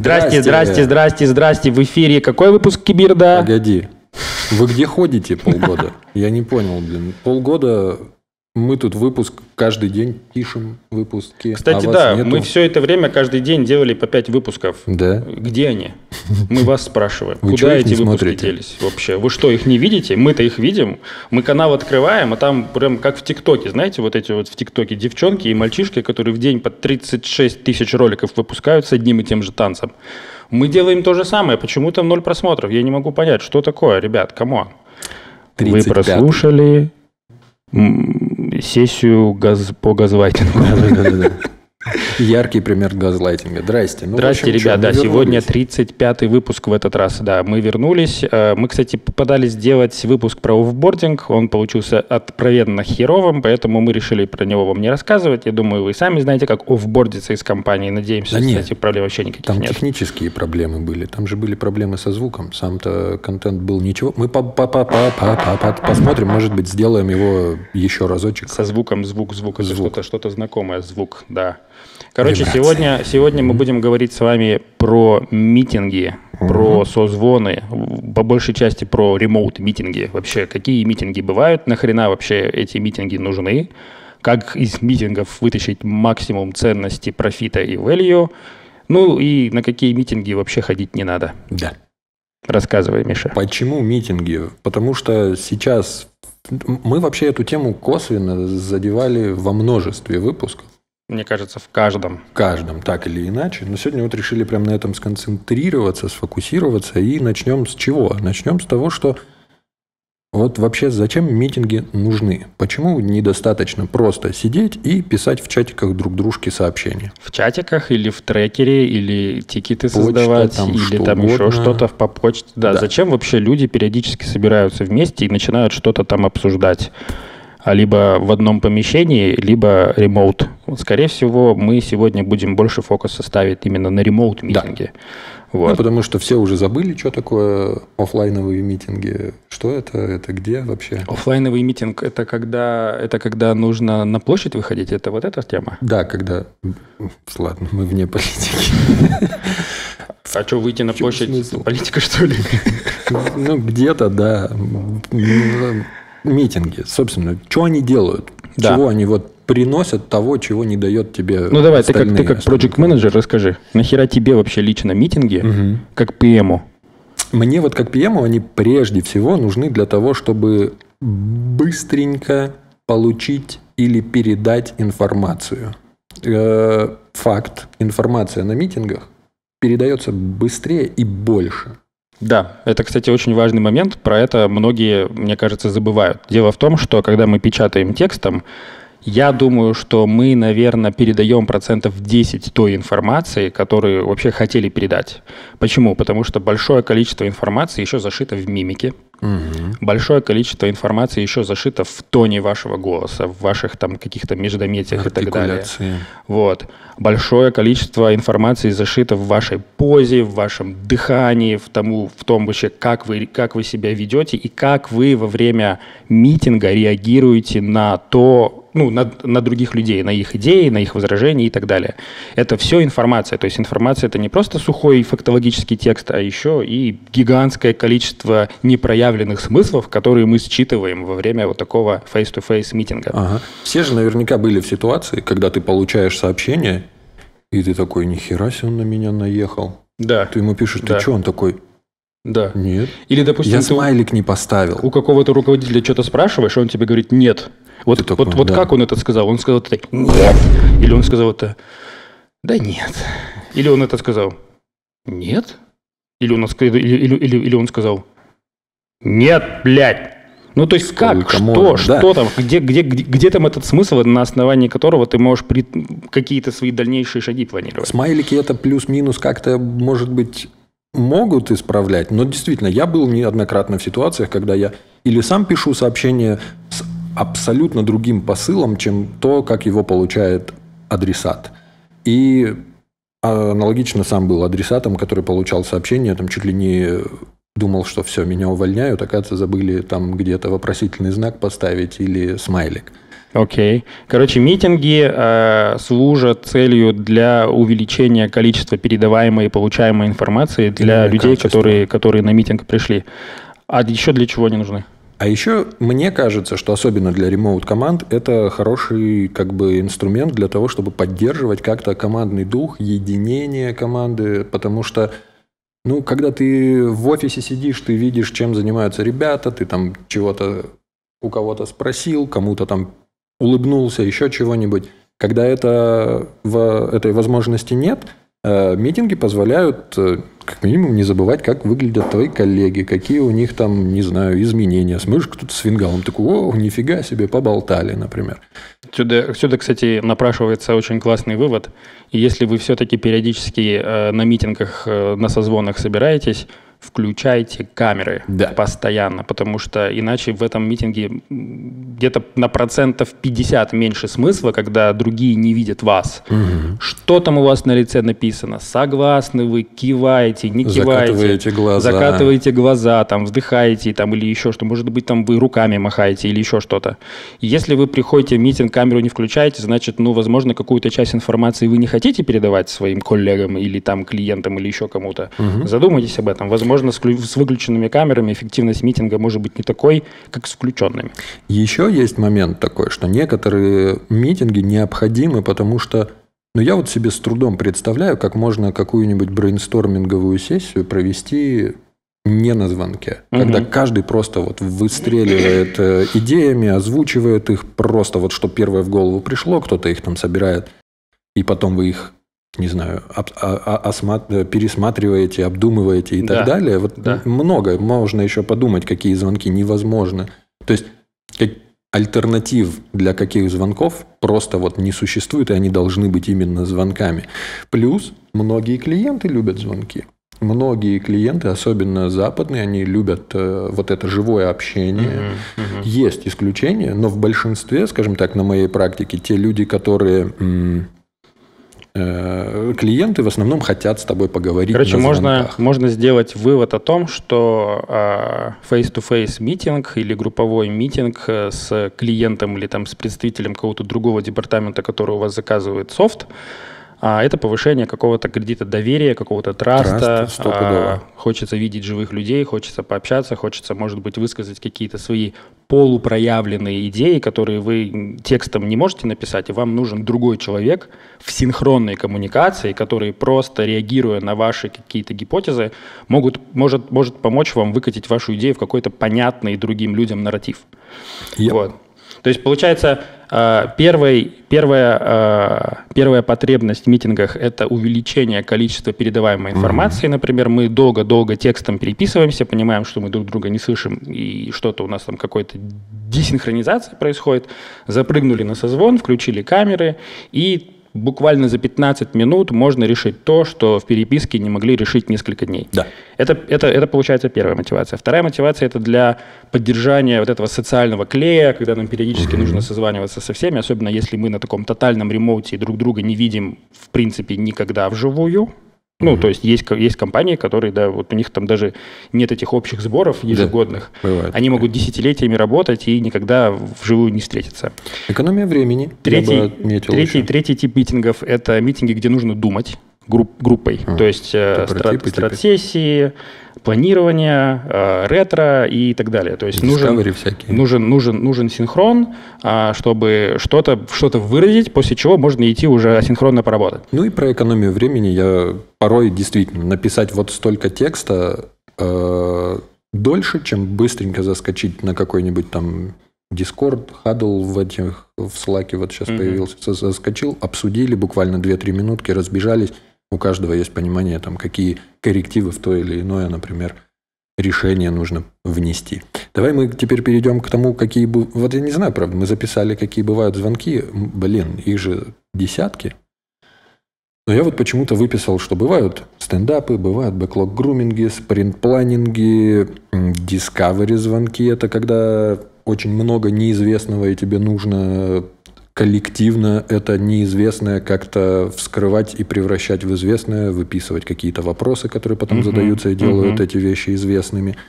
Здрасте. В эфире какой выпуск Кибирда? Погоди. Вы где ходите полгода? Я не понял, блин. Полгода мы тут выпуск каждый день пишем выпуски. Кстати, да, мы все это время каждый день делали по 5 выпусков. Да. Где они? Мы вас спрашиваем. Вы куда эти выпуски смотрите? делись вообще? Вы что, их не видите? Мы-то их видим. Мы канал открываем, а там прям как в ТикТоке. Знаете, вот эти вот в ТикТоке девчонки и мальчишки, которые в день по 36 тысяч роликов выпускают с одним и тем же танцем. Мы делаем то же самое. Почему-то 0 просмотров. Я не могу понять, что такое, ребят, камон. Вы прослушали сессию по газлайтингу. Да. Яркий пример газлайтинга. Здрасте. Здрасте, ребята. Сегодня 35-й выпуск в этот раз. Да, мы вернулись. Мы, кстати, попытались сделать выпуск про офбординг. Он получился откровенно херовым, поэтому мы решили про него вам не рассказывать. Я думаю, вы сами знаете, как офбордиться из компании. Надеемся, да этих проблем вообще никаких там нет. Там технические проблемы были. Там же были проблемы со звуком. Сам-то контент был ничего. Мы посмотрим, может быть, сделаем его еще разочек. Со звуком звук. Это что-то знакомое. Звук, да. Короче, сегодня мы будем говорить с вами про митинги, про созвоны, по большей части про ремоут-митинги. Вообще, какие митинги бывают, нахрена вообще эти митинги нужны, как из митингов вытащить максимум ценности, профита и value, ну и на какие митинги вообще ходить не надо. Да. Рассказывай, Миша. Почему митинги? Потому что сейчас мы вообще эту тему косвенно задевали во множестве выпусков. Мне кажется, в каждом. В каждом, так или иначе. Но сегодня вот решили прям на этом сконцентрироваться, сфокусироваться. И начнем с чего? Начнем с того, что вот вообще зачем митинги нужны? Почему недостаточно просто сидеть и писать в чатиках друг дружке сообщения? В чатиках или в трекере, или тикеты создавать, там, или там еще что-то по почте. Да. Зачем вообще люди периодически собираются вместе и начинают что-то там обсуждать? Либо в одном помещении, либо ремоут. Скорее всего, мы сегодня будем больше фокуса ставить именно на ремоут-митинги. Да. Вот. Ну, потому что все уже забыли, что такое офлайновые митинги. Что это? Это где вообще? Офлайновый митинг – это когда нужно на площадь выходить? Это вот эта тема? Да, когда… Ладно, мы вне политики. А что, выйти на площадь? Политика, что ли? Ну, где-то, да. Митинги, собственно, что они делают? Да. Чего они вот приносят того, чего не дает тебе. Ну давай, ты как проект-менеджер расскажи. Нахера тебе вообще лично митинги, как PM-у? Мне вот как PM-у они прежде всего нужны для того, чтобы быстренько получить или передать информацию. Факт, информация на митингах передается быстрее и больше. Да, это, кстати, очень важный момент. Про это многие, мне кажется, забывают. Дело в том, что когда мы печатаем текстом, я думаю, что мы, наверное, передаем 10% той информации, которую вообще хотели передать. Почему? Потому что большое количество информации еще зашито в мимике. Большое количество информации еще зашито в тоне вашего голоса, в ваших там каких-то междометиях и так далее. Вот. Большое количество информации зашито в вашей позе, в вашем дыхании, в том вообще, как вы себя ведете и как вы во время митинга реагируете на то, на других людей, на их идеи, на их возражения и так далее. Это все информация. То есть информация – это не просто сухой фактологический текст, а еще и гигантское количество непроявленных смыслов, которые мы считываем во время вот такого face-to-face митинга. Ага. Все же наверняка были в ситуации, когда ты получаешь сообщение, и ты такой, нихера себе он на меня наехал. Да. Ты ему пишешь, ты что? Он такой… Да. Нет. Или, допустим, я смайлик не поставил. У какого-то руководителя что-то спрашиваешь, и он тебе говорит «нет». Вот как он это сказал? Он сказал это «нет». Или он сказал это «да нет». Или он это сказал «нет». Или он сказал «нет, блядь». Ну, то есть как? Что там? Где там этот смысл, на основании которого ты можешь какие-то свои дальнейшие шаги планировать? Смайлики это плюс-минус как-то, может быть, могут исправлять. Но действительно, я был неоднократно в ситуациях, когда я или сам пишу сообщение с абсолютно другим посылом, чем то, как его получает адресат. И аналогично сам был адресатом, который получал сообщение, там чуть ли не думал, что все, меня увольняют, оказывается, забыли там где-то вопросительный знак поставить или смайлик. Окей. Короче, митинги служат целью для увеличения количества передаваемой и получаемой информации для людей, которые на митинг пришли. А еще для чего они нужны? А еще мне кажется, что особенно для ремоут-команд это хороший инструмент для того, чтобы поддерживать как-то командный дух, единение команды, потому что когда ты в офисе сидишь, ты видишь, чем занимаются ребята, ты там чего-то у кого-то спросил, кому-то там улыбнулся, еще чего-нибудь. Когда этой возможности нет, митинги позволяют, как минимум, не забывать, как выглядят твои коллеги, какие у них там, не знаю, изменения. Смотришь, кто-то с фингалом такой, о, нифига себе, поболтали, например. Сюда, кстати, напрашивается очень классный вывод. И если вы все-таки периодически на митингах, на созвонах собираетесь, включайте камеры постоянно, потому что иначе в этом митинге где-то на 50% меньше смысла, когда другие не видят вас. Угу. Что там у вас на лице написано? Согласны вы, киваете, не киваете, закатываете глаза, там, вздыхаете там, или еще что. Может быть, там вы руками махаете или еще что-то. Если вы приходите в митинг, камеру не включаете, значит, возможно, какую-то часть информации вы не хотите передавать своим коллегам или там клиентам или еще кому-то. Угу. Задумайтесь об этом. Возможно, с выключенными камерами эффективность митинга может быть не такой, как с включенными. Еще есть момент такой, что некоторые митинги необходимы, потому что я вот себе с трудом представляю, как можно какую-нибудь брейнсторминговую сессию провести не на звонке. Когда каждый просто выстреливает идеями, озвучивает их просто что первое в голову пришло, кто-то их там собирает, и потом вы их не знаю, пересматриваете, обдумываете и так далее. Много можно еще подумать, какие звонки невозможны. То есть альтернатив для каких звонков просто не существует, и они должны быть именно звонками. Плюс многие клиенты любят звонки. Многие клиенты, особенно западные, они любят это живое общение. Есть исключения, но в большинстве, скажем так, на моей практике, те люди, которые... клиенты в основном хотят с тобой поговорить. Короче, можно сделать вывод о том, что face-to-face митинг или групповой митинг с клиентом или там с представителем какого-то другого департамента, который у вас заказывает софт, это повышение какого-то кредита доверия, какого-то траста. Хочется видеть живых людей, хочется пообщаться, хочется, может быть, высказать какие-то свои полупроявленные идеи, которые вы текстом не можете написать, и вам нужен другой человек в синхронной коммуникации, который просто, реагируя на ваши какие-то гипотезы, может помочь вам выкатить вашу идею в какой-то понятный другим людям нарратив. То есть, получается, первая потребность в митингах – это увеличение количества передаваемой информации. Например, мы долго-долго текстом переписываемся, понимаем, что мы друг друга не слышим, и что-то у нас там какой-то десинхронизация происходит. Запрыгнули на созвон, включили камеры, и буквально за 15 минут можно решить то, что в переписке не могли решить несколько дней. Да. Это получается первая мотивация. Вторая мотивация – это для поддержания этого социального клея, когда нам периодически нужно созваниваться со всеми, особенно если мы на таком тотальном ремоуте и друг друга не видим, в принципе, никогда вживую. То есть есть компании, которые, у них там даже нет этих общих сборов ежегодных. Бывает. Они могут десятилетиями работать и никогда вживую не встретиться. Экономия времени. Третий тип митингов – это митинги, где нужно думать группой. То есть стратсессии, планирование, ретро и так далее. То есть нужен синхрон, чтобы что-то выразить, после чего можно идти уже асинхронно поработать. И про экономию времени я порой действительно написать столько текста дольше, чем быстренько заскочить на какой-нибудь там Discord, Huddle в Slack сейчас появился, заскочил, обсудили буквально 2-3 минутки, разбежались. У каждого есть понимание, какие коррективы в то или иное, например, решение нужно внести. Давай мы теперь перейдем к тому, какие... я не знаю, правда, мы записали, какие бывают звонки. Их же десятки. Но я почему-то выписал, что бывают стендапы, бывают бэклог-груминги, спринт-планинги, discovery-звонки. Это когда очень много неизвестного, и тебе нужно... коллективно это неизвестное как-то вскрывать и превращать в известное, выписывать какие-то вопросы, которые потом задаются и делают эти вещи известными.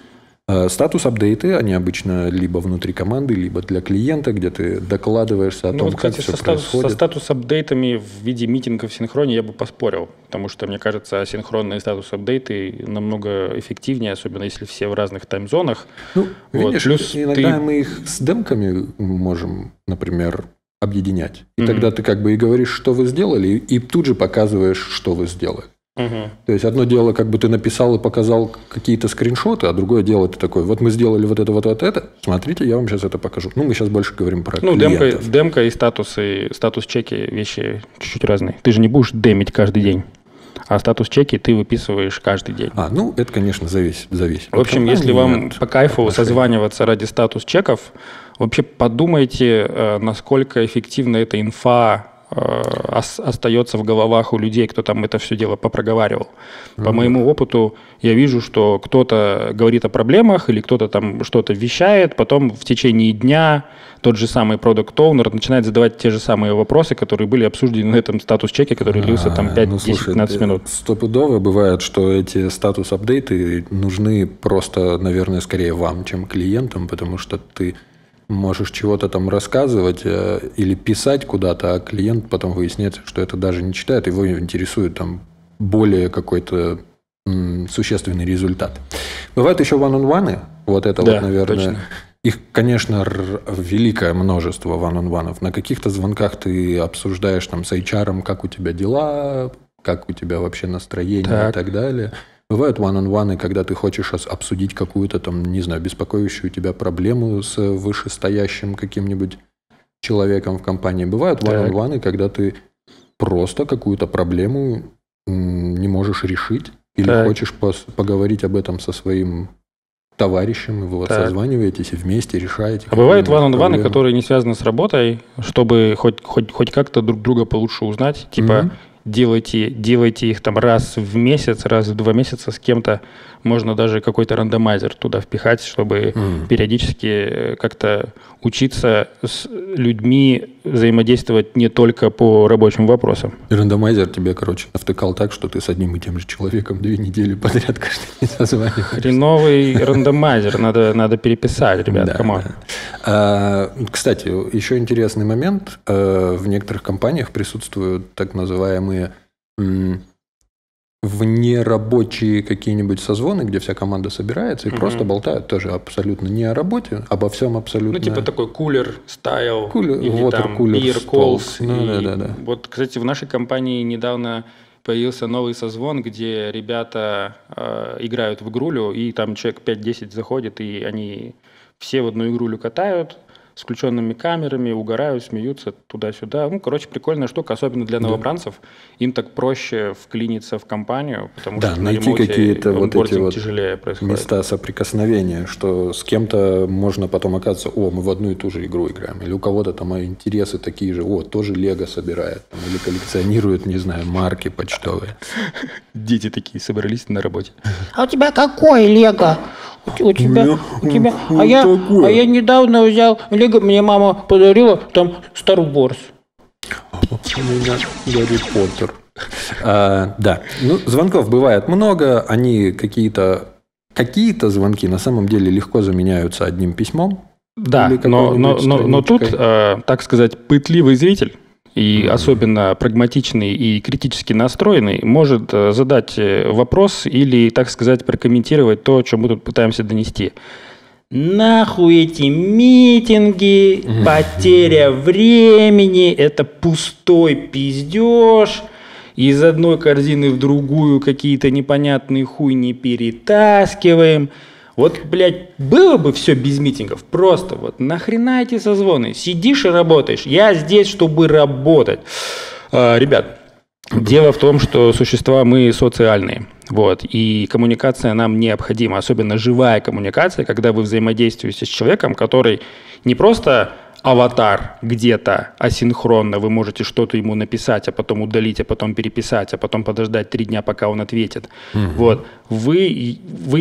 Статус-апдейты, они обычно либо внутри команды, либо для клиента, где ты докладываешься о том, как все происходит. Со статус-апдейтами в виде митингов в синхроне я бы поспорил, потому что, мне кажется, асинхронные статус-апдейты намного эффективнее, особенно если все в разных таймзонах. Ну, видишь, плюс иногда мы их с демками можем, например, объединять. И тогда ты как бы и говоришь, что вы сделали, и тут же показываешь, что вы сделали. То есть одно дело, как бы ты написал и показал какие-то скриншоты, а другое дело ты такой, вот мы сделали вот это, смотрите, я вам сейчас это покажу. Ну, мы сейчас больше говорим про клиентов. Демка и статус-чеки вещи чуть-чуть разные. Ты же не будешь демить каждый день, а статус-чеки ты выписываешь каждый день. Ну, это, конечно, зависит. В общем, если вам по кайфу созваниваться ради статус-чеков, вообще подумайте, насколько эффективна эта инфа остается в головах у людей, кто там это все дело попроговаривал. По моему опыту я вижу, что кто-то говорит о проблемах или кто-то там что-то вещает, потом в течение дня тот же самый продакт-оунер начинает задавать те же самые вопросы, которые были обсуждены на этом статус-чеке, который длился там 5-10-15 минут. Стопудово бывает, что эти статус-апдейты нужны просто, наверное, скорее вам, чем клиентам, потому что ты можешь чего-то там рассказывать или писать куда-то, а клиент потом выясняется, что это даже не читает, его интересует там более какой-то существенный результат. Бывают еще one-on-one, вот это вот, наверное, точно. Их, конечно, великое множество one-on-one. На каких-то звонках ты обсуждаешь там с HR, как у тебя дела, как у тебя вообще настроение и так далее. Бывают one-on-one, когда ты хочешь обсудить какую-то там, не знаю, беспокоящую тебя проблему с вышестоящим каким-нибудь человеком в компании. Бывают one-on-one, когда ты просто какую-то проблему не можешь решить или хочешь поговорить об этом со своим товарищем, и вы вот созваниваетесь и вместе решаете. А бывают one-on-one, которые не связаны с работой, чтобы хоть как-то друг друга получше узнать, типа... Делайте их там раз в месяц, раз в 2 месяца с кем-то. Можно даже какой-то рандомайзер туда впихать, чтобы периодически как-то учиться с людьми взаимодействовать не только по рабочим вопросам. И рандомайзер тебе, навтыкал так, что ты с одним и тем же человеком 2 недели подряд каждый день созваниваешься. Хреновый рандомайзер. Надо переписать, ребят, камон. Кстати, еще интересный момент. В некоторых компаниях присутствуют так называемые внерабочие какие-нибудь созвоны, где вся команда собирается и просто болтают тоже абсолютно не о работе, обо всем абсолютно. Ну, типа такой кулер-стайл. Или там beer calls. Вот, кстати, в нашей компании недавно появился новый созвон, где ребята играют в игрулю, и там человек 5-10 заходит, и они все в одну игрулю катают, с включенными камерами, угорают, смеются туда-сюда. Прикольная штука, особенно для новобранцев. Им так проще вклиниться в компанию, потому что на найти какие-то вот эти вот тяжелее происходит. Места соприкосновения, что с кем-то можно потом оказаться, мы в одну и ту же игру играем. Или у кого-то там интересы такие же, тоже Лего собирает. Или коллекционирует, не знаю, марки почтовые. Дети такие собрались на работе. А у тебя какой Лего? У тебя. А я недавно взял Лего, мне мама подарила, там Star Wars. У меня Гарри Поттер. Да. Звонков бывает много. Они какие-то звонки на самом деле легко заменяются одним письмом. Да, но тут, так сказать, пытливый зритель и особенно прагматичный и критически настроенный может задать вопрос или, так сказать, прокомментировать то, что мы тут пытаемся донести. Нахуй эти митинги, потеря времени, это пустой пиздеж, из одной корзины в другую какие-то непонятные хуйни перетаскиваем. Вот, блядь, было бы все без митингов, просто вот нахрена эти созвоны? Сидишь и работаешь, я здесь, чтобы работать. Ребят, дело в том, что существа мы социальные, и коммуникация нам необходима, особенно живая коммуникация, когда вы взаимодействуете с человеком, который не просто аватар где-то асинхронно, вы можете что-то ему написать, а потом удалить, а потом переписать, а потом подождать 3 дня, пока он ответит. Вы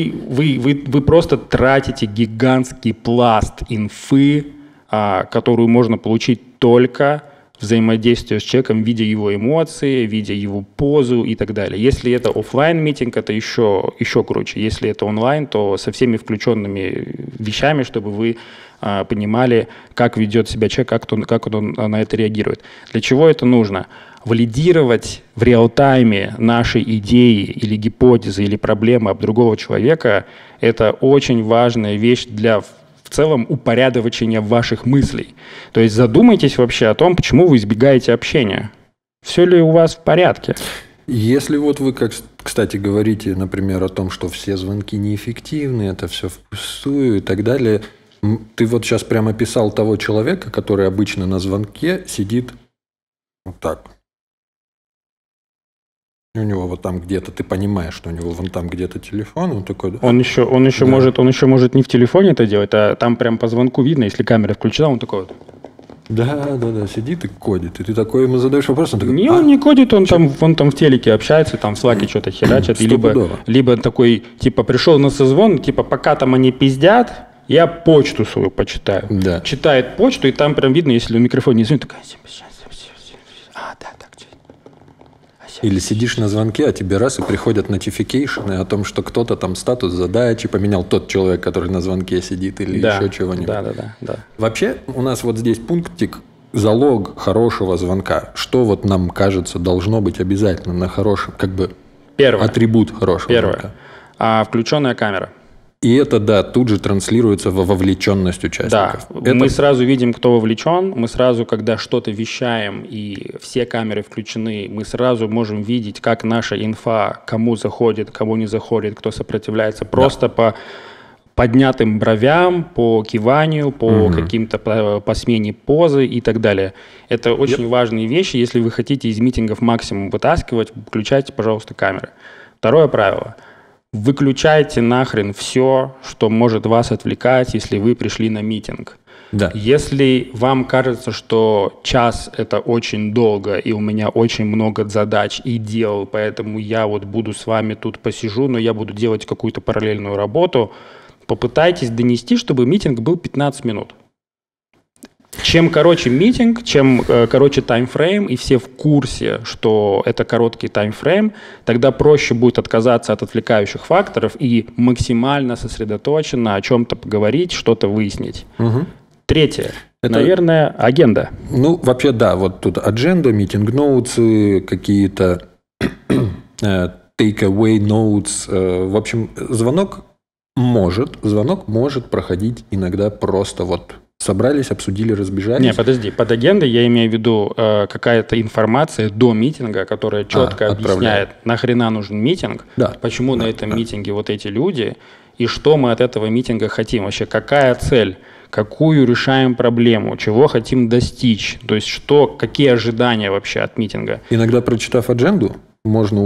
просто тратите гигантский пласт инфы, которую можно получить только взаимодействие с человеком, видя его эмоции, видя его позу и так далее. Если это офлайн митинг, это еще круче. Если это онлайн, то со всеми включенными вещами, чтобы вы понимали, как ведет себя человек, как он на это реагирует. Для чего это нужно? Валидировать в реал-тайме наши идеи или гипотезы или проблемы об другого человека – это очень важная вещь для в целом упорядочения ваших мыслей. То есть задумайтесь вообще о том, почему вы избегаете общения. Все ли у вас в порядке? Если вот вы, кстати, говорите, например, о том, что все звонки неэффективны, это все впустую и так далее, ты вот сейчас прямо описал того человека, который обычно на звонке сидит вот так. У него вот там где-то, ты понимаешь, что у него вон там где-то телефон, он такой... Да. Он еще может не в телефоне это делать, а там прям по звонку видно, если камера включена, он такой вот. Да, сидит и кодит. И ты такой ему задаешь вопрос, он такой... Он не кодит, он там в телеке общается, там в слаке что-то херачит, либо такой, типа, пришел на созвон, типа, пока там они пиздят, я почту свою почитаю. Да. Читает почту, и там прям видно, если в микрофон не звонит, такая... Или сидишь на звонке, а тебе раз и приходят нотификейшены о том, что кто-то там статус задачи поменял, тот человек, который на звонке сидит, или еще чего-нибудь. Да. Вообще, у нас вот здесь пунктик залог хорошего звонка. Что вот нам кажется должно быть обязательно на хорошем, как бы атрибут хорошего звонка? Включенная камера. И это, да, тут же транслируется во вовлеченность участников. Да, мы сразу видим, кто вовлечен, мы сразу, когда что-то вещаем и все камеры включены, мы сразу можем видеть, как наша инфа, кому заходит, кому не заходит, кто сопротивляется, просто по поднятым бровям, по киванию, по каким-то, по смене позы и так далее. Это очень важные вещи. Если вы хотите из митингов максимум вытаскивать, включайте, пожалуйста, камеры. Второе правило. Выключайте нахрен все, что может вас отвлекать, если вы пришли на митинг. Да. Если вам кажется, что час – это очень долго, и у меня очень много задач и дел, поэтому я вот буду с вами тут посижу, но я буду делать какую-то параллельную работу, попытайтесь донести, чтобы митинг был 15 минут. Чем короче митинг, чем короче таймфрейм, и все в курсе, что это короткий таймфрейм, тогда проще будет отказаться от отвлекающих факторов и максимально сосредоточенно о чем-то поговорить, что-то выяснить. Третье. Наверное, агенда. Ну, вообще, да, вот тут адженда, митинг-ноутсы, какие-то take-away notes. В общем, звонок может проходить иногда просто вот... Собрались, обсудили, разбежались. Не, подожди. Под агендой я имею в виду какая-то информация до митинга, которая четко объясняет, нахрена нужен митинг, почему на этом митинге вот эти люди, и что мы от этого митинга хотим. Вообще, какая цель, какую решаем проблему, чего хотим достичь. То есть, какие ожидания вообще от митинга. Иногда, прочитав адженду, можно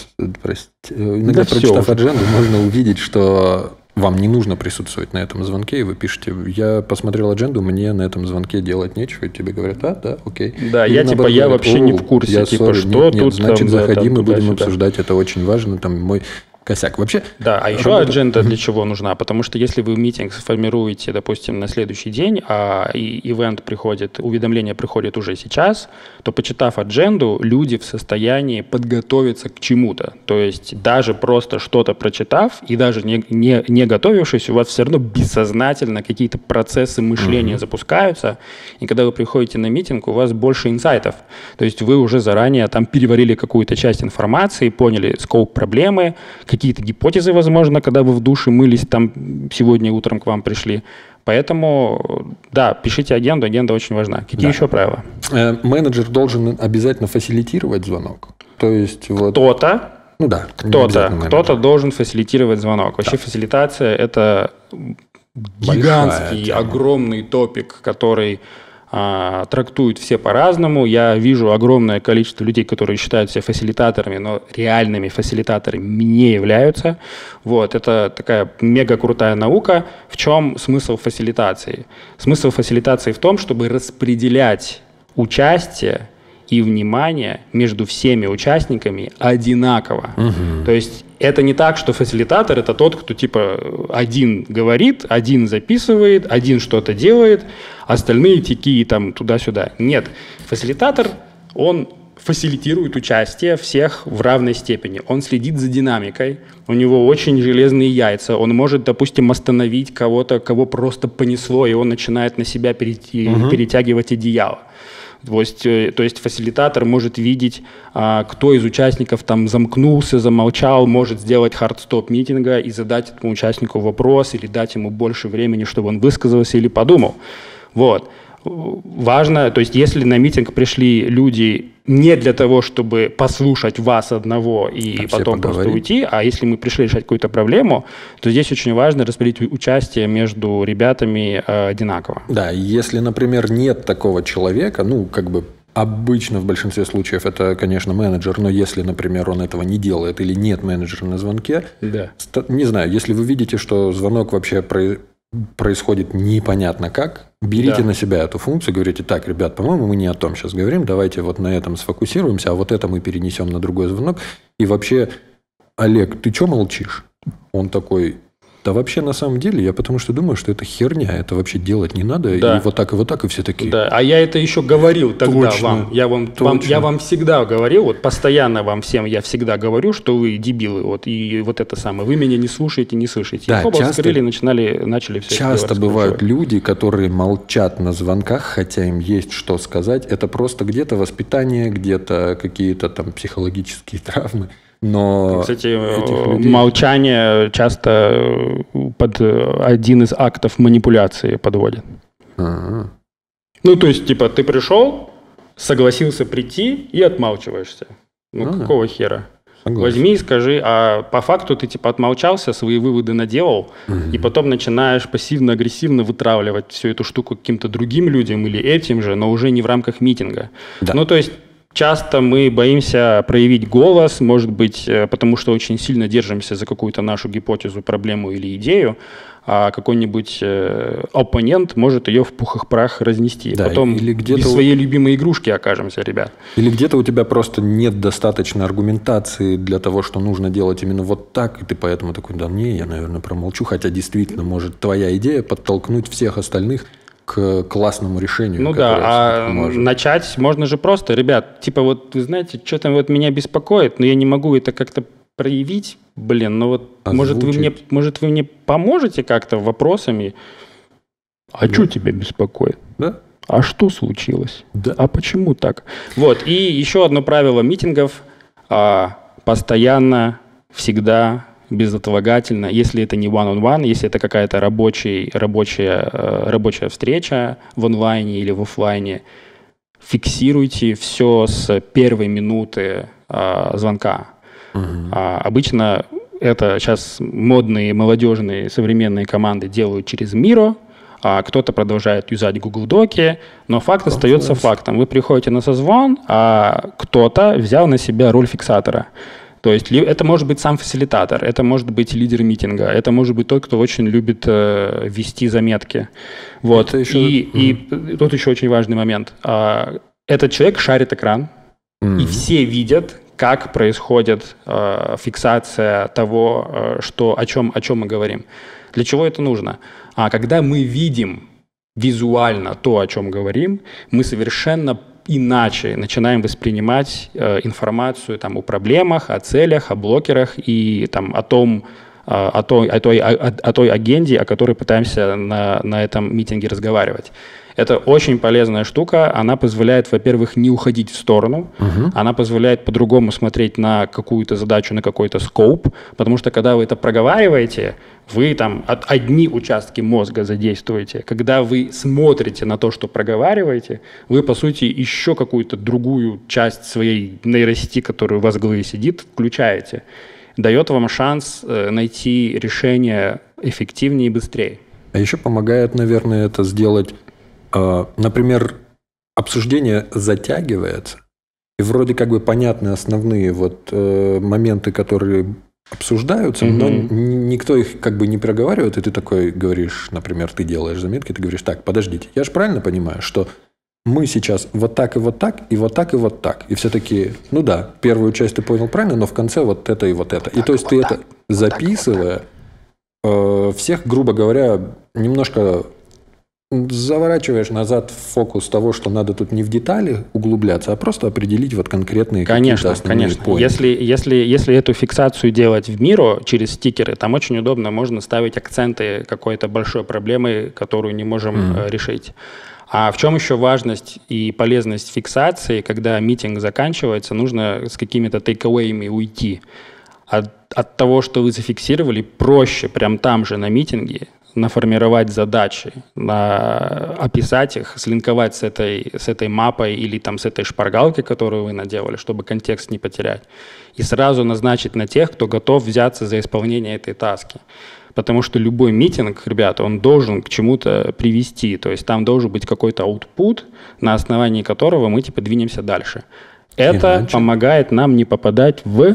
увидеть, что... Вам не нужно присутствовать на этом звонке, и вы пишете, я посмотрел адженду, мне на этом звонке делать нечего, и тебе говорят, да, окей. Да, или я вообще не в курсе, что тут. Значит, заходи, мы будем обсуждать, это очень важно, там мой косяк. Вообще, да, еще адженда для чего нужна? Потому что если вы митинг сформируете, допустим, на следующий день, а ивент приходит, уведомление приходит уже сейчас, то, почитав адженду, люди в состоянии подготовиться к чему-то. То есть даже просто что-то прочитав и даже не готовившись, у вас все равно бессознательно какие-то процессы мышления запускаются, и когда вы приходите на митинг, у вас больше инсайтов. То есть вы уже заранее там переварили какую-то часть информации, поняли скоуп проблемы, какие-то гипотезы, возможно, когда вы в душе мылись, там сегодня утром к вам пришли. Поэтому, да, пишите агенду, агенда очень важна. Какие еще правила? Менеджер должен обязательно фасилитировать звонок. То есть вот... Кто-то должен фасилитировать звонок. Вообще фасилитация – это гигантский, огромный топик, который... трактуют все по-разному. Я вижу огромное количество людей, которые считают себя фасилитаторами, но реальными фасилитаторами не являются. Вот. Это такая мега крутая наука. В чем смысл фасилитации? Смысл фасилитации в том, чтобы распределять участие и внимание между всеми участниками одинаково. То есть это не так, что фасилитатор – это тот, кто типа один говорит, один записывает, один что-то делает, остальные такие там туда-сюда. Нет, фасилитатор, он фасилитирует участие всех в равной степени. Он следит за динамикой, у него очень железные яйца, он может, допустим, остановить кого-то, кого просто понесло, и он начинает на себя перетягивать одеяло. То есть фасилитатор может видеть, кто из участников там замкнулся, замолчал, может сделать хард-стоп митинга и задать этому участнику вопрос или дать ему больше времени, чтобы он высказался или подумал. Вот. Важно, то есть если на митинг пришли люди не для того, чтобы послушать вас одного и потом просто уйти, а если мы пришли решать какую-то проблему, то здесь очень важно распределить участие между ребятами одинаково. Да, если, например, нет такого человека, обычно в большинстве случаев это, конечно, менеджер, но если, например, он этого не делает или нет менеджера на звонке, не знаю, если вы видите, что звонок вообще происходит непонятно как, берите на себя эту функцию, говорите: так, ребят, по-моему, мы не о том сейчас говорим, давайте вот на этом сфокусируемся, а вот это мы перенесем на другой звонок. И вообще, Олег, ты что молчишь? Он такой: да вообще на самом деле я потому что думаю, что это херня, это вообще делать не надо, и вот так, и все такие. Да, а я это еще говорил тогда вам. Я вам всегда говорил, вот постоянно вам всем я всегда говорю, что вы дебилы, вот, и вот это самое, вы меня не слушаете, не слышите. Да, и вскрыли, начали все часто бывают люди, которые молчат на звонках, хотя им есть что сказать. Это просто где-то воспитание, где-то какие-то там психологические травмы. Но, кстати, молчание часто под один из актов манипуляции подводит. А-а-а. Ну, то есть, типа, ты пришел, согласился прийти и отмалчиваешься. Какого хера? Согласен. Возьми и скажи, а по факту ты типа отмолчался, свои выводы наделал, и потом начинаешь пассивно-агрессивно вытравливать всю эту штуку каким-то другим людям или этим же, но уже не в рамках митинга. Да. Ну, то есть, часто мы боимся проявить голос, может быть, потому что очень сильно держимся за какую-то нашу гипотезу, проблему или идею, а какой-нибудь оппонент может ее в пух и прах разнести. Да, потом или без своей любимой игрушки окажемся, ребят. Или где-то у тебя просто нет достаточно аргументации для того, что нужно делать именно вот так, и ты поэтому такой: да не, я, наверное, промолчу, хотя действительно может твоя идея подтолкнуть всех остальных к классному решению. Ну да, начать можно же просто: ребят, типа вот, вы знаете, что-то вот меня беспокоит, но я не могу это как-то проявить, ну вот, может вы мне поможете как-то вопросами? А что тебя беспокоит? Да. А что случилось? Да. А почему так? Вот, и еще одно правило митингов: постоянно, всегда, безотлагательно, если это не one-on-one, если это какая-то рабочая встреча в онлайне или в офлайне, фиксируйте все с первой минуты звонка. Обычно это сейчас модные, молодежные, современные команды делают через Miro, кто-то продолжает юзать Google Доки, но факт остается фактом. Вы приходите на созвон, а кто-то взял на себя роль фиксатора. То есть это может быть сам фасилитатор, это может быть лидер митинга, это может быть тот, кто очень любит вести заметки. Вот. И тут еще очень важный момент. Этот человек шарит экран, и все видят, как происходит фиксация того, о чем мы говорим. Для чего это нужно? Когда мы видим визуально то, о чем говорим, мы совершенно иначе начинаем воспринимать информацию там, о проблемах, о целях, о блокерах и там, о той агенде, о которой пытаемся на этом митинге разговаривать. Это очень полезная штука. Она позволяет, во-первых, не уходить в сторону. Она позволяет по-другому смотреть на какую-то задачу, на какой-то скоуп. Потому что, когда вы это проговариваете, вы там одни участки мозга задействуете. Когда вы смотрите на то, что проговариваете, вы, по сути, еще какую-то другую часть своей нейросети, которая у вас в голове сидит, включаете. Дает вам шанс найти решение эффективнее и быстрее. А еще помогает, наверное, это сделать. Например, обсуждение затягивается, и вроде как бы понятны основные моменты, которые обсуждаются, но никто их как бы не проговаривает, и ты такой говоришь, например, ты делаешь заметки, ты говоришь: так, подождите, я же правильно понимаю, что мы сейчас вот так и вот так, и вот так и вот так. И все такие, ну да, первую часть ты понял правильно, но в конце вот это и вот это. И то есть ты это записывая, всех, грубо говоря, немножко заворачиваешь назад в фокус того, что надо тут не в детали углубляться, а просто определить вот конкретные какие-то основные поинты. Если эту фиксацию делать в Miro через стикеры, там очень удобно, можно ставить акценты какой-то большой проблемы, которую не можем решить. А в чем еще важность и полезность фиксации, когда митинг заканчивается, нужно с какими-то тейк-эвэями уйти. От того, что вы зафиксировали, проще прям там же на митинге наформировать задачи, описать их, слинковать с этой мапой или там с этой шпаргалкой, которую вы наделали, чтобы контекст не потерять. И сразу назначить на тех, кто готов взяться за исполнение этой таски. Потому что любой митинг, ребята, он должен к чему-то привести. То есть там должен быть какой-то output, на основании которого мы типа двинемся дальше. Это помогает нам не попадать в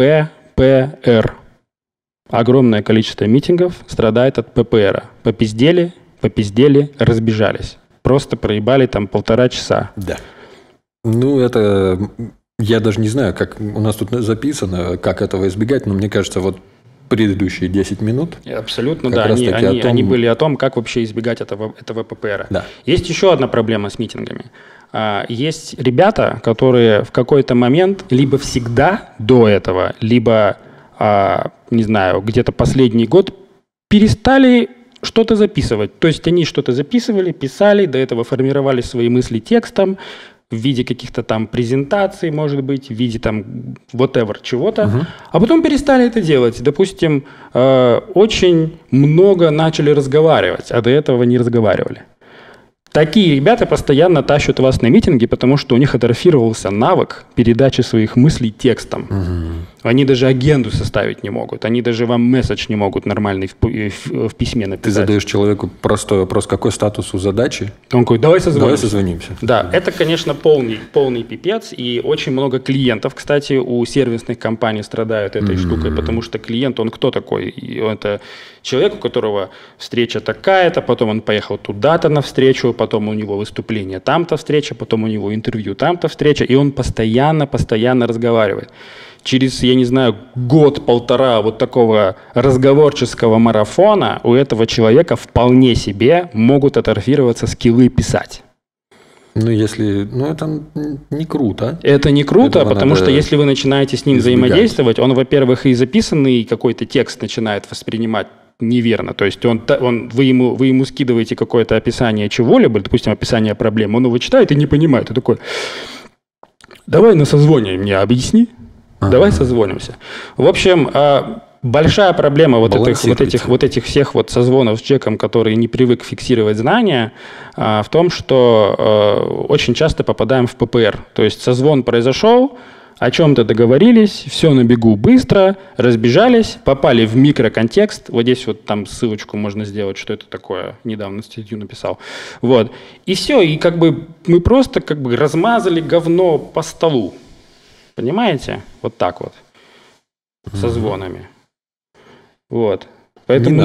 ППР. Огромное количество митингов страдает от ППР. Попиздели, разбежались. Просто проебали там 1,5 часа. Да. Ну, это... Я даже не знаю, как у нас тут записано, как этого избегать, но мне кажется, вот предыдущие 10 минут... Абсолютно, да. Они были о том, как вообще избегать этого ППР. Да. Есть еще одна проблема с митингами. Есть ребята, которые в какой-то момент либо всегда до этого, либо... не знаю, где-то последний год перестали что-то записывать. То есть они что-то записывали, писали, до этого формировали свои мысли текстом в виде каких-то там презентаций, может быть, в виде там whatever чего-то, а потом перестали это делать. Допустим, очень много начали разговаривать, а до этого не разговаривали. Такие ребята постоянно тащат вас на митинги, потому что у них атрофировался навык передачи своих мыслей текстом. Они даже агенду составить не могут. Они даже вам месседж не могут нормальный в письме написать. Ты задаешь человеку простой вопрос, какой статус у задачи? Он говорит, давай созвонимся. Давай созвонимся. Да, это, конечно, полный пипец. И очень много клиентов, кстати, у сервисных компаний страдают этой штукой, потому что клиент, он кто такой? Это человек, у которого встреча такая-то, потом он поехал туда-то на встречу, потом у него выступление там-то встреча, потом у него интервью там-то встреча, и он постоянно разговаривает. Через, я не знаю, год-полтора вот такого разговорческого марафона у этого человека вполне себе могут атрофироваться скиллы писать. Ну, это не круто. Это не круто, потому что если вы начинаете с ним взаимодействовать, он, во-первых, и записанный какой-то текст начинает воспринимать неверно. То есть вы ему скидываете какое-то описание чего-либо, допустим, описание проблемы, он его читает и не понимает. И такой, давай на созвоне мне объясни. Давай созвонимся. В общем, большая проблема вот этих всех вот созвонов с Джеком, который не привык фиксировать знания, в том, что очень часто попадаем в ППР. То есть созвон произошел, о чем-то договорились, все на бегу быстро, разбежались, попали в микроконтекст. Вот здесь вот там ссылочку можно сделать, что это такое. Недавно статью написал. Вот. И все, и как бы мы просто как бы размазали говно по столу. Понимаете? Вот так вот. Созвонами. Вот. Поэтому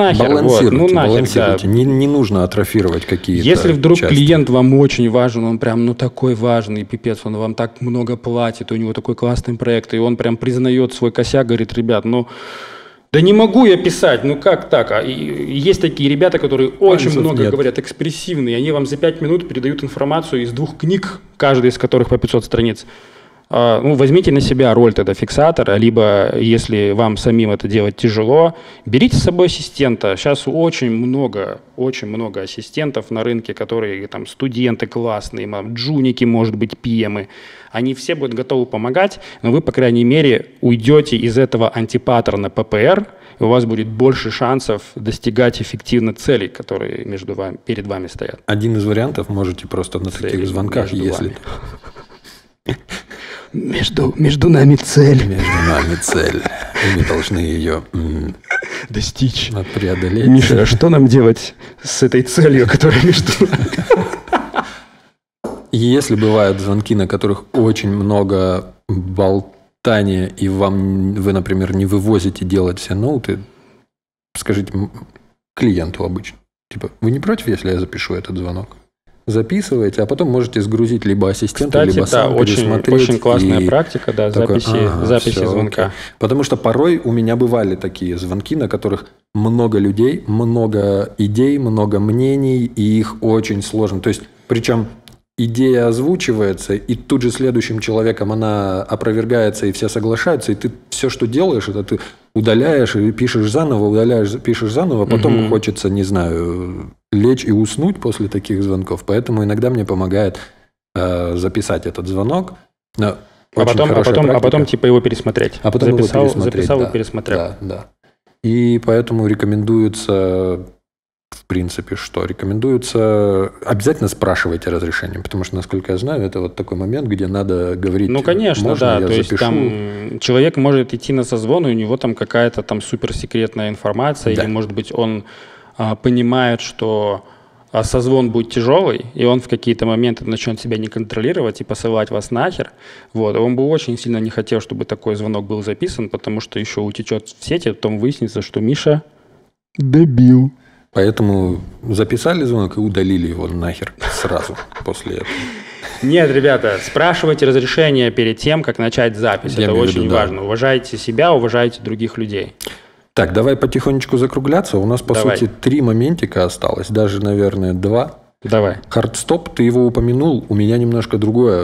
нахер. Да. Не нужно атрофировать какие-то Если вдруг части. Клиент вам очень важен, он прям такой важный, пипец, он вам так много платит, у него такой классный проект, и он прям признает свой косяк, говорит, ребят, да не могу я писать, как так? И есть такие ребята, которые очень много говорят, экспрессивные, они вам за 5 минут передают информацию из 2 книг, каждая из которых по 500 страниц. Возьмите на себя роль тогда фиксатора, либо, если вам самим это делать тяжело, берите с собой ассистента. Сейчас очень много ассистентов на рынке, которые там студенты классные, джуники, может быть, пиемы. Они все будут готовы помогать, но вы, по крайней мере, уйдете из этого антипаттерна ППР, и у вас будет больше шансов достигать эффективно целей, которые перед вами стоят. Один из вариантов можете просто на таких звонках, если... Между нами цель. Между нами цель. И мы должны ее достичь. Преодолеть. Миша, а что нам делать с этой целью, которая между нами? Если бывают звонки, на которых очень много болтания, и вы, например, не вывозите делать все ноуты, скажите клиенту обычно. Типа, вы не против, если я запишу этот звонок? записываете, а потом можете сгрузить либо ассистенту, Кстати, либо сам пересмотреть. Очень классная практика, да, такой, записи все, звонка. окей. Потому что порой у меня бывали такие звонки, на которых много людей, много идей, много мнений, и их очень сложно. То есть, причем идея озвучивается, и тут же следующим человеком она опровергается, и все соглашаются, и ты все, что делаешь, это ты удаляешь и пишешь заново, удаляешь, пишешь заново, потом хочется, не знаю, лечь и уснуть после таких звонков. Поэтому иногда мне помогает записать этот звонок. А потом типа его пересмотреть. А потом записал да, и пересмотрел. Да. И поэтому рекомендуется... В принципе, что рекомендуется, обязательно спрашивайте разрешение, потому что, насколько я знаю, это вот такой момент, где надо говорить. Ну, конечно, можно, да. я То есть запишу. там человек может идти на созвон, и у него там какая-то там суперсекретная информация, Да. или, может быть, он понимает, что созвон будет тяжелый, и он в какие-то моменты начнет себя не контролировать и посылать вас нахер. Вот. Он бы очень сильно не хотел, чтобы такой звонок был записан, потому что еще утечет в сети, а потом выяснится, что Миша дебил. Поэтому записали звонок и удалили его нахер сразу после этого. Нет, ребята, спрашивайте разрешение перед тем, как начать запись. Это очень важно. Уважайте себя, уважайте других людей. Так, давай потихонечку закругляться. У нас, по сути, 3 моментика осталось. Даже, наверное, 2. Давай. Хардстоп, ты его упомянул. У меня немножко другое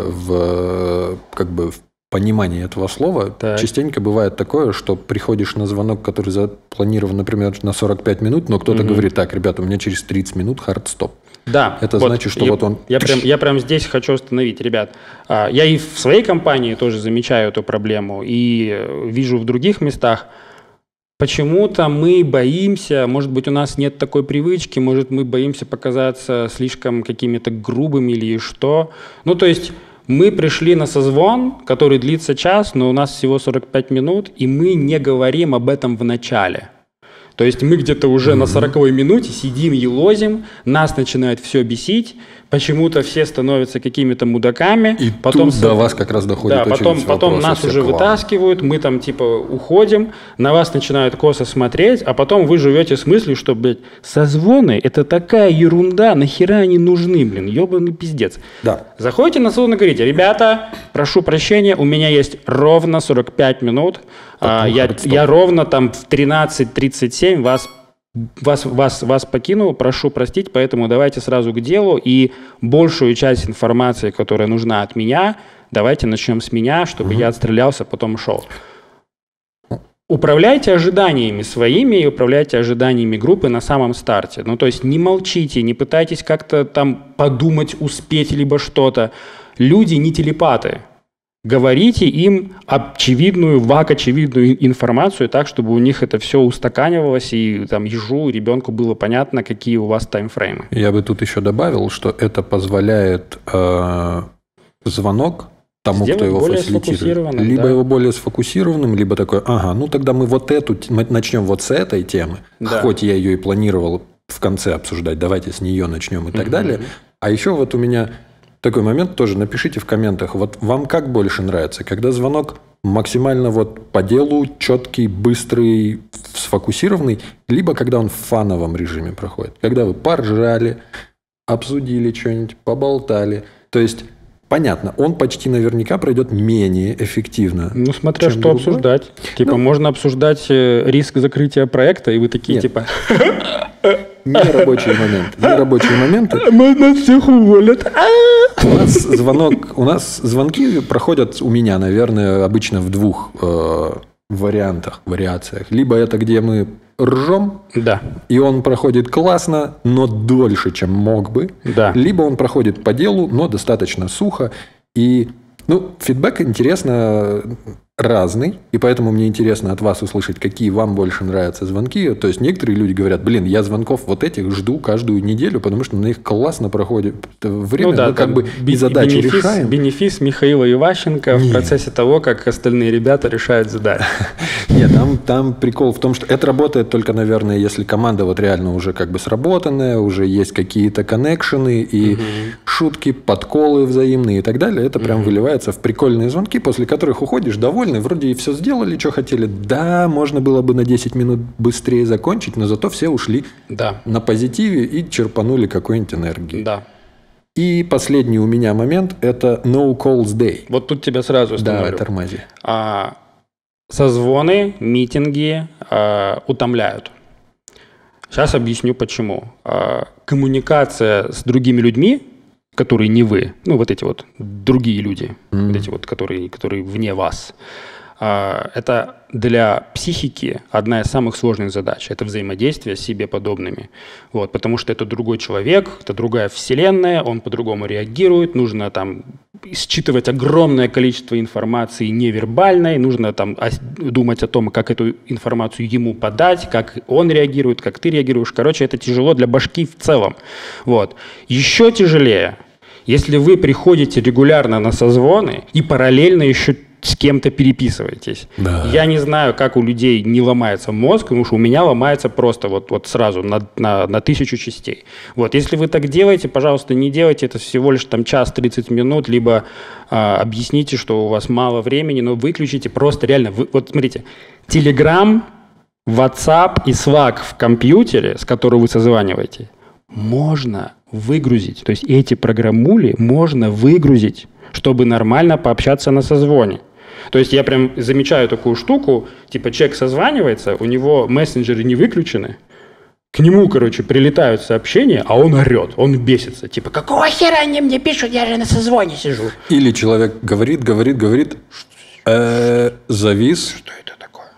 в понимании этого слова. Так. Частенько бывает такое, что приходишь на звонок, который запланирован, например, на 45 минут, но кто-то говорит, так, ребята, у меня через 30 минут хардстоп. Да. Это значит, что вот он... Я прям здесь хочу остановить, ребят. Я и в своей компании тоже замечаю эту проблему, и вижу в других местах. Почему-то мы боимся, может быть, у нас нет такой привычки, может, мы боимся показаться слишком какими-то грубыми или что. Ну, то есть... Мы пришли на созвон, который длится час, но у нас всего 45 минут, и мы не говорим об этом в начале. То есть мы где-то уже на 40-й минуте сидим, елозим, нас начинает все бесить, почему-то все становятся какими-то мудаками. И потом до вас как раз доходит очередь потом нас уже вытаскивают, мы там типа уходим, на вас начинают косо смотреть, а потом вы живете с мыслью, что, блядь, созвоны – это такая ерунда, нахера они нужны, блин, ебаный пиздец. Да. Заходите на созвон и говорите, ребята, прошу прощения, у меня есть ровно 45 минут, я ровно там в 13:37 вас покинул, прошу простить, поэтому давайте сразу к делу, и большую часть информации, которая нужна от меня, давайте начнем с меня, чтобы я отстрелялся, потом шел. Управляйте ожиданиями своими и управляйте ожиданиями группы на самом старте. Ну, то есть не молчите, не пытайтесь как-то там подумать, успеть, либо что-то. Люди не телепаты. Говорите им очевидную информацию так, чтобы у них это все устаканивалось, и там ежу, ребенку было понятно, какие у вас таймфреймы. Я бы тут еще добавил, что это позволяет звонок тому, сделать кто его фасилитирует. Либо его более сфокусированным, либо такой, ну тогда мы начнем вот с этой темы, хоть я ее и планировал в конце обсуждать, давайте с нее начнем и так далее. А еще вот у меня... Такой момент тоже напишите в комментах. Вот вам как больше нравится, когда звонок максимально вот по делу, четкий, быстрый, сфокусированный, либо когда он в фановом режиме проходит, когда вы поржали, обсудили что-нибудь, поболтали. То есть понятно, он почти наверняка пройдет менее эффективно. Ну, смотря что обсуждать. Типа можно обсуждать риск закрытия проекта, и вы такие типа... Нерабочие моменты. Нас всех уволят. У нас звонки проходят у меня, наверное, обычно в 2 вариациях. Либо это где мы ржем, и он проходит классно, но дольше, чем мог бы. Да. Либо он проходит по делу, но достаточно сухо. И фидбэк, интересно, разный, и поэтому мне интересно от вас услышать, какие вам больше нравятся звонки. То есть некоторые люди говорят, я звонков вот этих жду каждую неделю, потому что на них классно проходит время, и задачи решаем. Бенефис Михаила Иващенко в процессе того, как остальные ребята решают задачи. Нет, там прикол в том, что это работает только, наверное, если команда вот реально уже сработанная, уже есть какие-то коннекшены и шутки, подколы взаимные и так далее. Это прям выливается в прикольные звонки, после которых уходишь довольный, вроде и все сделали, что хотели. Да, можно было бы на 10 минут быстрее закончить, но зато все ушли на позитиве и черпанули какой-нибудь энергии. Да. И последний у меня момент – это no calls day. Вот тут тебя сразу остановлю. Да, тормози. Созвоны, митинги утомляют. Сейчас объясню, почему. Коммуникация с другими людьми, которые не вы, ну, вот эти вот другие люди, вот эти вот, которые вне вас, это для психики одна из самых сложных задач. Это взаимодействие с себе подобными. Вот, потому что это другой человек, это другая вселенная, он по-другому реагирует, нужно там считывать огромное количество информации невербальной, нужно там думать о том, как эту информацию ему подать, как он реагирует, как ты реагируешь. Короче, это тяжело для башки в целом. Вот. Еще тяжелее, если вы приходите регулярно на созвоны и параллельно еще с кем-то переписываетесь. Да. Я не знаю, как у людей не ломается мозг, потому что у меня ломается просто вот сразу на 1000 частей. Вот, если вы так делаете, пожалуйста, не делайте это всего лишь там час 30 минут, либо объясните, что у вас мало времени, но выключите просто реально. Вот смотрите, Telegram, WhatsApp и Slack в компьютере, с которого вы созваниваете, можно выгрузить. То есть эти программули можно выгрузить, чтобы нормально пообщаться на созвоне. То есть я прям замечаю такую штуку, типа человек созванивается, у него мессенджеры не выключены, к нему, короче, прилетают сообщения, а он орет, он бесится. Типа, какого хера они мне пишут, я же на созвоне сижу. Или человек говорит, завис. Что это такое?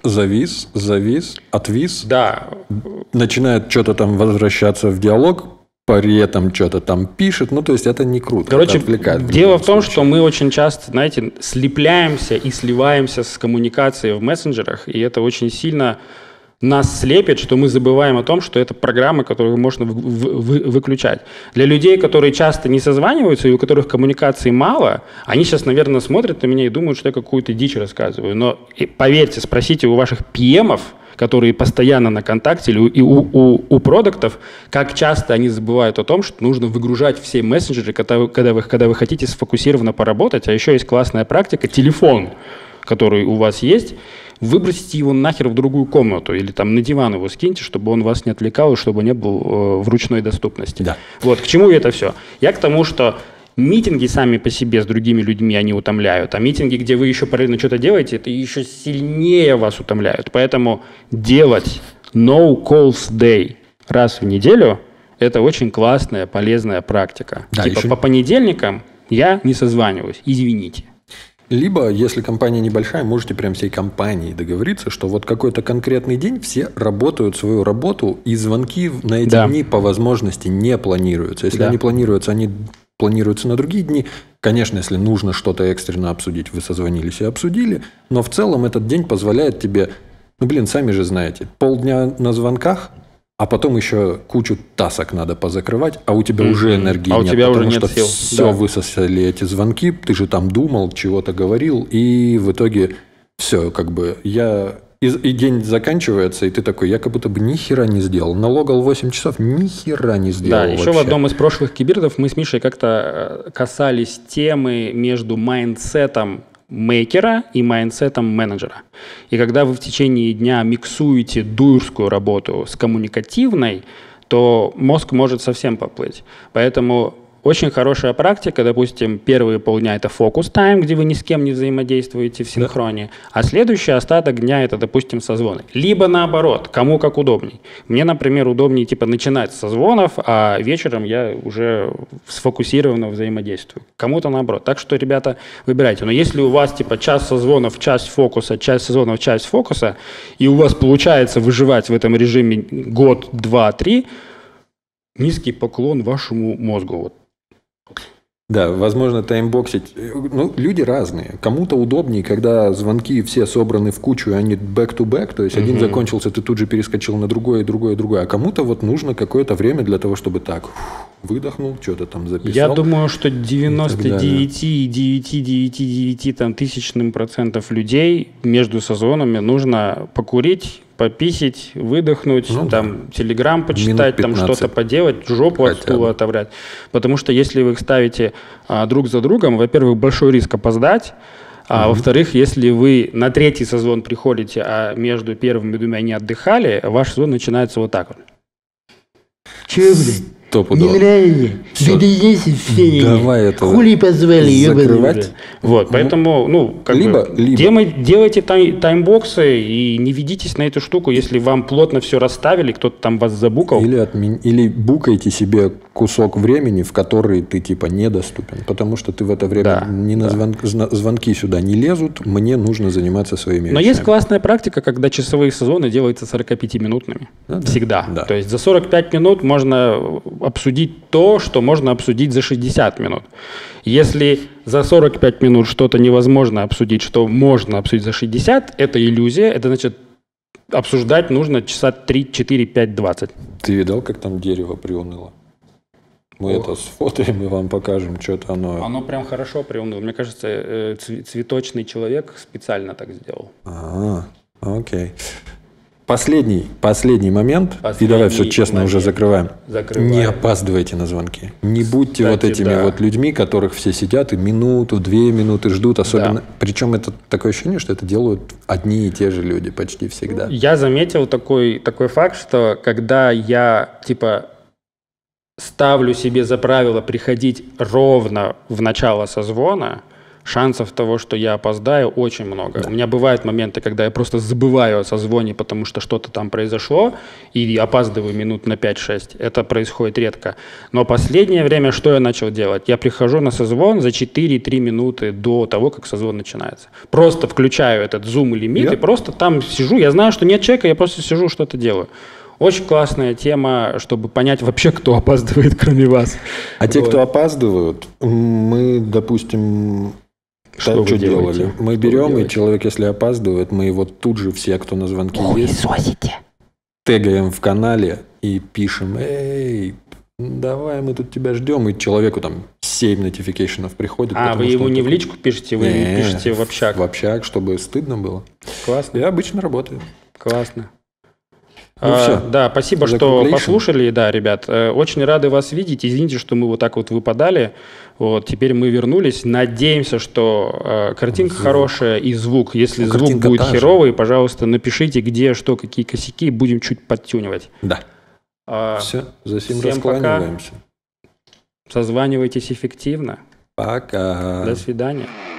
Завис, отвис. Да. Начинает что-то там возвращаться в диалог, при этом что-то там пишет. Ну, то есть, это не круто. Короче, дело в том, что мы очень часто, знаете, слепляемся и сливаемся с коммуникацией в мессенджерах, и это очень сильно нас слепит, что мы забываем о том, что это программы, которые можно выключать. Для людей, которые часто не созваниваются и у которых коммуникации мало, они сейчас, наверное, смотрят на меня и думают, что я какую-то дичь рассказываю. Но поверьте, спросите у ваших PM-ов, которые постоянно на контакте, или у продуктов, как часто они забывают о том, что нужно выгружать все мессенджеры, когда вы хотите сфокусированно поработать. А еще есть классная практика, телефон, который у вас есть, выбросите его нахер в другую комнату или там на диван его скиньте, чтобы он вас не отвлекал и чтобы не был в ручной доступности. Да. Вот, к чему это все? Я к тому, что митинги сами по себе с другими людьми, они утомляют, а митинги, где вы еще параллельно что-то делаете, это еще сильнее вас утомляют. Поэтому делать no calls day раз в неделю – это очень классная, полезная практика. Да, типа по понедельникам я не созваниваюсь, извините. Либо, если компания небольшая, можете прям всей компанией договориться, что вот какой-то конкретный день все работают свою работу, и звонки на эти дни по возможности не планируются. Если они планируются, они планируются на другие дни. Конечно, если нужно что-то экстренно обсудить, вы созвонились и обсудили, но в целом этот день позволяет тебе, сами же знаете, полдня на звонках, а потом еще кучу тасок надо позакрывать, а у тебя уже энергии нет, потому что сил. Все высосали эти звонки, ты же там думал, чего-то говорил, и в итоге все, и день заканчивается, и ты такой, я как будто бы ни хера не сделал. Налогал 8 часов, ни хера не сделал. Да, еще в одном из прошлых кибирдов мы с Мишей как-то касались темы между майндсетом мейкера и майндсетом менеджера. И когда вы в течение дня миксуете дуэрскую работу с коммуникативной, то мозг может совсем поплыть. Поэтому очень хорошая практика, допустим, первые полдня – это фокус-тайм, где вы ни с кем не взаимодействуете в синхроне, а следующий остаток дня – это, допустим, созвоны. Либо наоборот, кому как удобней. Мне, например, удобнее начинать с созвонов, а вечером я уже сфокусированно взаимодействую. Кому-то наоборот. Так что, ребята, выбирайте. Но если у вас час созвонов, часть фокуса, часть созвонов, часть фокуса, и у вас получается выживать в этом режиме год, 2, 3, низкий поклон вашему мозгу. Да, возможно, таймбоксить. Люди разные. Кому-то удобнее, когда звонки все собраны в кучу, и они back-to-back, то есть один закончился, ты тут же перескочил на другое, и другое, и другое. А кому-то нужно какое-то время для того, чтобы выдохнул, что-то там записал. Я думаю, что 99,999% людей между созвонами нужно покурить, пописить, выдохнуть, телеграм почитать, там что-то поделать, жопу от стула отобрать. Потому что если вы их ставите друг за другом, во-первых, большой риск опоздать, а во-вторых, если вы на третий созвон приходите, а между первыми двумя не отдыхали, ваш созвон начинается вот так вот. Че, блин? Стопудово. Неправильно. Всё. Давай это Хули позвали, закрывать. Вот, поэтому, ну, как либо- делайте таймбоксы и не ведитесь на эту штуку, если вам плотно все расставили, кто-то там вас забукал. Или букайте себе кусок времени, в который ты типа недоступен, потому что ты в это время звонки сюда не лезут, мне нужно заниматься своими Но вещами. есть классная практика, когда часовые сезоны делаются 45-минутными. Всегда. Да. То есть за 45 минут можно обсудить то, что можно обсудить за 60 минут. Если за 45 минут что-то невозможно обсудить, что можно обсудить за 60, это иллюзия, это значит обсуждать нужно часа 3, 4, 5, 20. Ты видал, как там дерево приуныло? Мы это сфотаем и вам покажем, что-то оно... Оно прям хорошо приуныло. Мне кажется, цветочный человек специально так сделал. Окей. Последний момент, и давай все честно уже закрываем. Не опаздывайте на звонки. Не будьте вот этими вот людьми, которых все сидят и минуту, 2 минуты ждут. Особенно, причем это такое ощущение, что это делают одни и те же люди почти всегда. Я заметил такой факт, что когда я типа ставлю себе за правило приходить ровно в начало созвона, шансов того, что я опоздаю, очень много. Да. У меня бывают моменты, когда я просто забываю о созвоне, потому что что-то там произошло, и опаздываю минут на 5-6. Это происходит редко. Но последнее время что я начал делать? Я прихожу на созвон за 4-3 минуты до того, как созвон начинается. Просто включаю этот Zoom лимит и просто там сижу. Я знаю, что нет человека, я просто сижу, что-то делаю. Очень классная тема, чтобы понять вообще, кто опаздывает, кроме вас. А те, кто опаздывают, мы, допустим... Что делали? Мы берем, и человек, если опаздывает, мы его тут же, все, кто на звонке есть, тегаем в канале и пишем: эй, давай, мы тут тебя ждем. И человеку там 7 нотификейшенов приходит. Вы ему не в личку пишете, вы пишете в общак? В общак, чтобы стыдно было. Классно. И обычно работает. Классно. Все. Да, спасибо, что послушали. Да, ребят, очень рады вас видеть. Извините, что мы вот так вот выпадали. Вот, теперь мы вернулись. Надеемся, что картинка хорошая и звук. Если звук будет херовый, пожалуйста, напишите, где, что, какие косяки. Будем чуть подтюнивать. Да. Все, за сим всем раскланиваемся. Пока. Созванивайтесь эффективно. Пока. До свидания.